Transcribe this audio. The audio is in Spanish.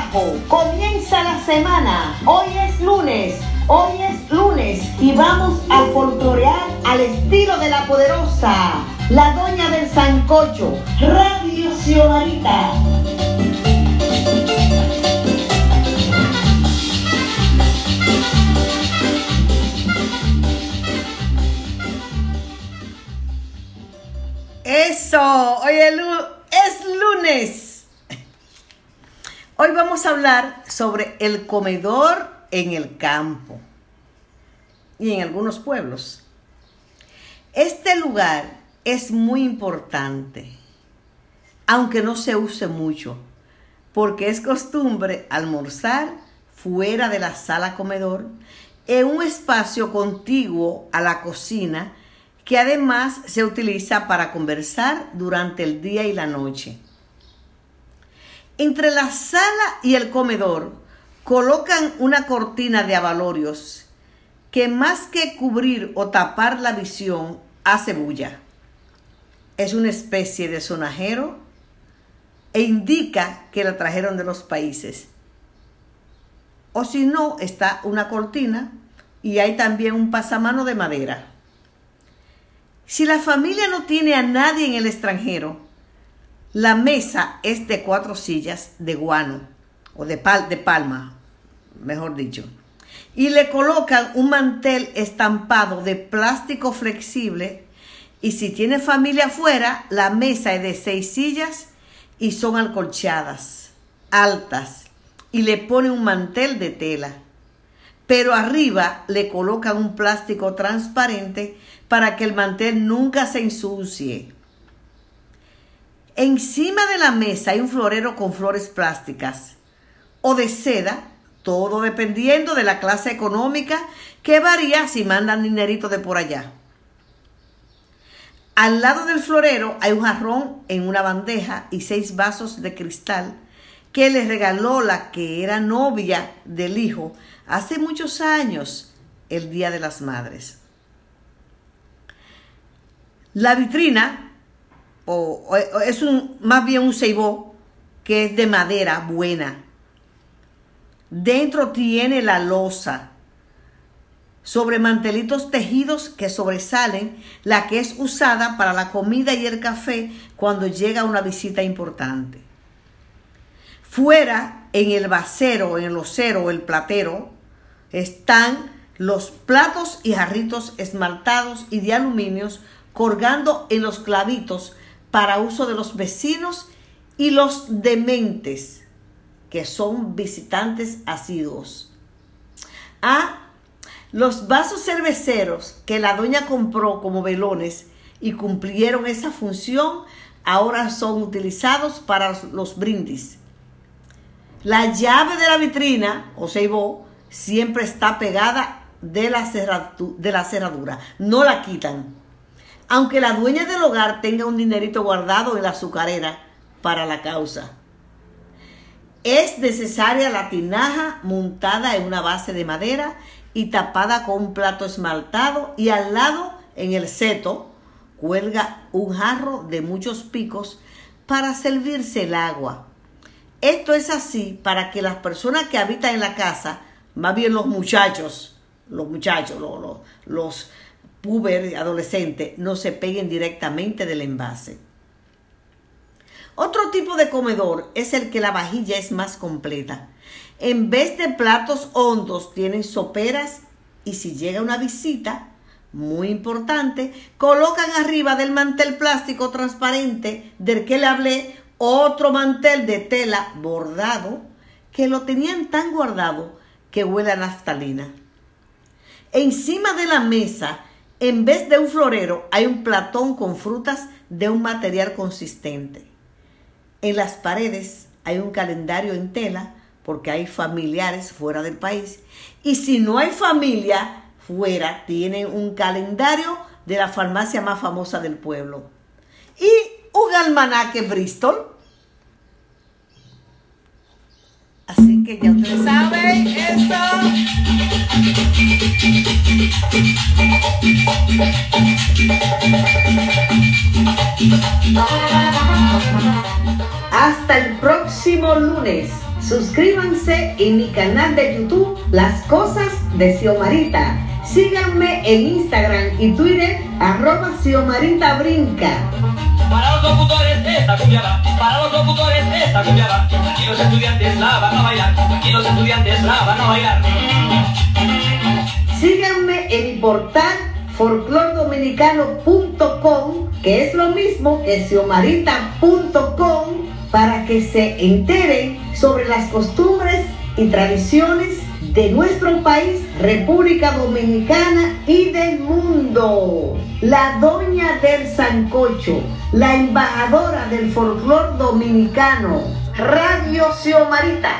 trabajo. Comienza la semana. Hoy es lunes y vamos a folclorear al estilo de la poderosa, la doña del sancocho, Radio Xiomara. Eso, hoy es lunes. Hoy vamos a hablar sobre el comedor en el campo y en algunos pueblos. Este lugar es muy importante, aunque no se use mucho, porque es costumbre almorzar fuera de la sala comedor, en un espacio contiguo a la cocina, que además se utiliza para conversar durante el día y la noche. Entre la sala y el comedor colocan una cortina de abalorios que más que cubrir o tapar la visión, hace bulla. Es una especie de sonajero e indica que la trajeron de los países. O si no, está una cortina y hay también un pasamano de madera. Si la familia no tiene a nadie en el extranjero, la mesa es de 4 sillas de guano o de palma, mejor dicho, y le colocan un mantel estampado de plástico flexible, y si tiene familia afuera, la mesa es de 6 sillas y son acolchadas, altas, y le ponen un mantel de tela, pero arriba le colocan un plástico transparente para que el mantel nunca se ensucie. Encima de la mesa hay un florero con flores plásticas o de seda, todo dependiendo de la clase económica, que varía si mandan dinerito de por allá. Al lado del florero hay un jarrón en una bandeja y 6 vasos de cristal que le regaló la que era novia del hijo hace muchos años, el Día de las Madres. La vitrina es más bien un ceibó que es de madera buena. Dentro tiene la loza sobre mantelitos tejidos que sobresalen, la que es usada para la comida y el café cuando llega una visita importante. Fuera, en el vasero, en el osero o el platero, están los platos y jarritos esmaltados y de aluminios colgando en los clavitos para uso de los vecinos y los dementes, que son visitantes asiduos. Los vasos cerveceros que la doña compró como velones y cumplieron esa función, ahora son utilizados para los brindis. La llave de la vitrina, o ceibó, siempre está pegada de la cerradura, no la quitan, aunque la dueña del hogar tenga un dinerito guardado en la azucarera para la causa. Es necesaria la tinaja montada en una base de madera y tapada con un plato esmaltado, y al lado, en el seto, cuelga un jarro de muchos picos para servirse el agua. Esto es así para que las personas que habitan en la casa, más bien los muchachos, los puber adolescentes, no se peguen directamente del envase. Otro tipo de comedor es el que la vajilla es más completa. En vez de platos hondos, tienen soperas, y si llega una visita muy importante, colocan arriba del mantel plástico transparente del que le hablé otro mantel de tela bordado, que lo tenían tan guardado que huele a naftalina. Encima de la mesa, en vez de un florero, hay un platón con frutas de un material consistente. En las paredes hay un calendario en tela, porque hay familiares fuera del país. Y si no hay familia fuera, tienen un calendario de la farmacia más famosa del pueblo. Y un almanaque Bristol. Así que ya ustedes saben eso. Hasta el próximo lunes. Suscríbanse en mi canal de YouTube, Las Cosas de Xiomarita. Síganme en Instagram y Twitter, @XiomaritaBrinca. Para los locutores esta cumbia va, para los locutores esta cumbia va. Aquí los estudiantes la van a bailar, aquí los estudiantes la van a bailar. Síganme en mi portal folclordominicano.com, que es lo mismo que xiomarita.com, para que se enteren sobre las costumbres y tradiciones de nuestro país, República Dominicana y del mundo. La doña del sancocho, la embajadora del folclor dominicano, Radio Xiomarita.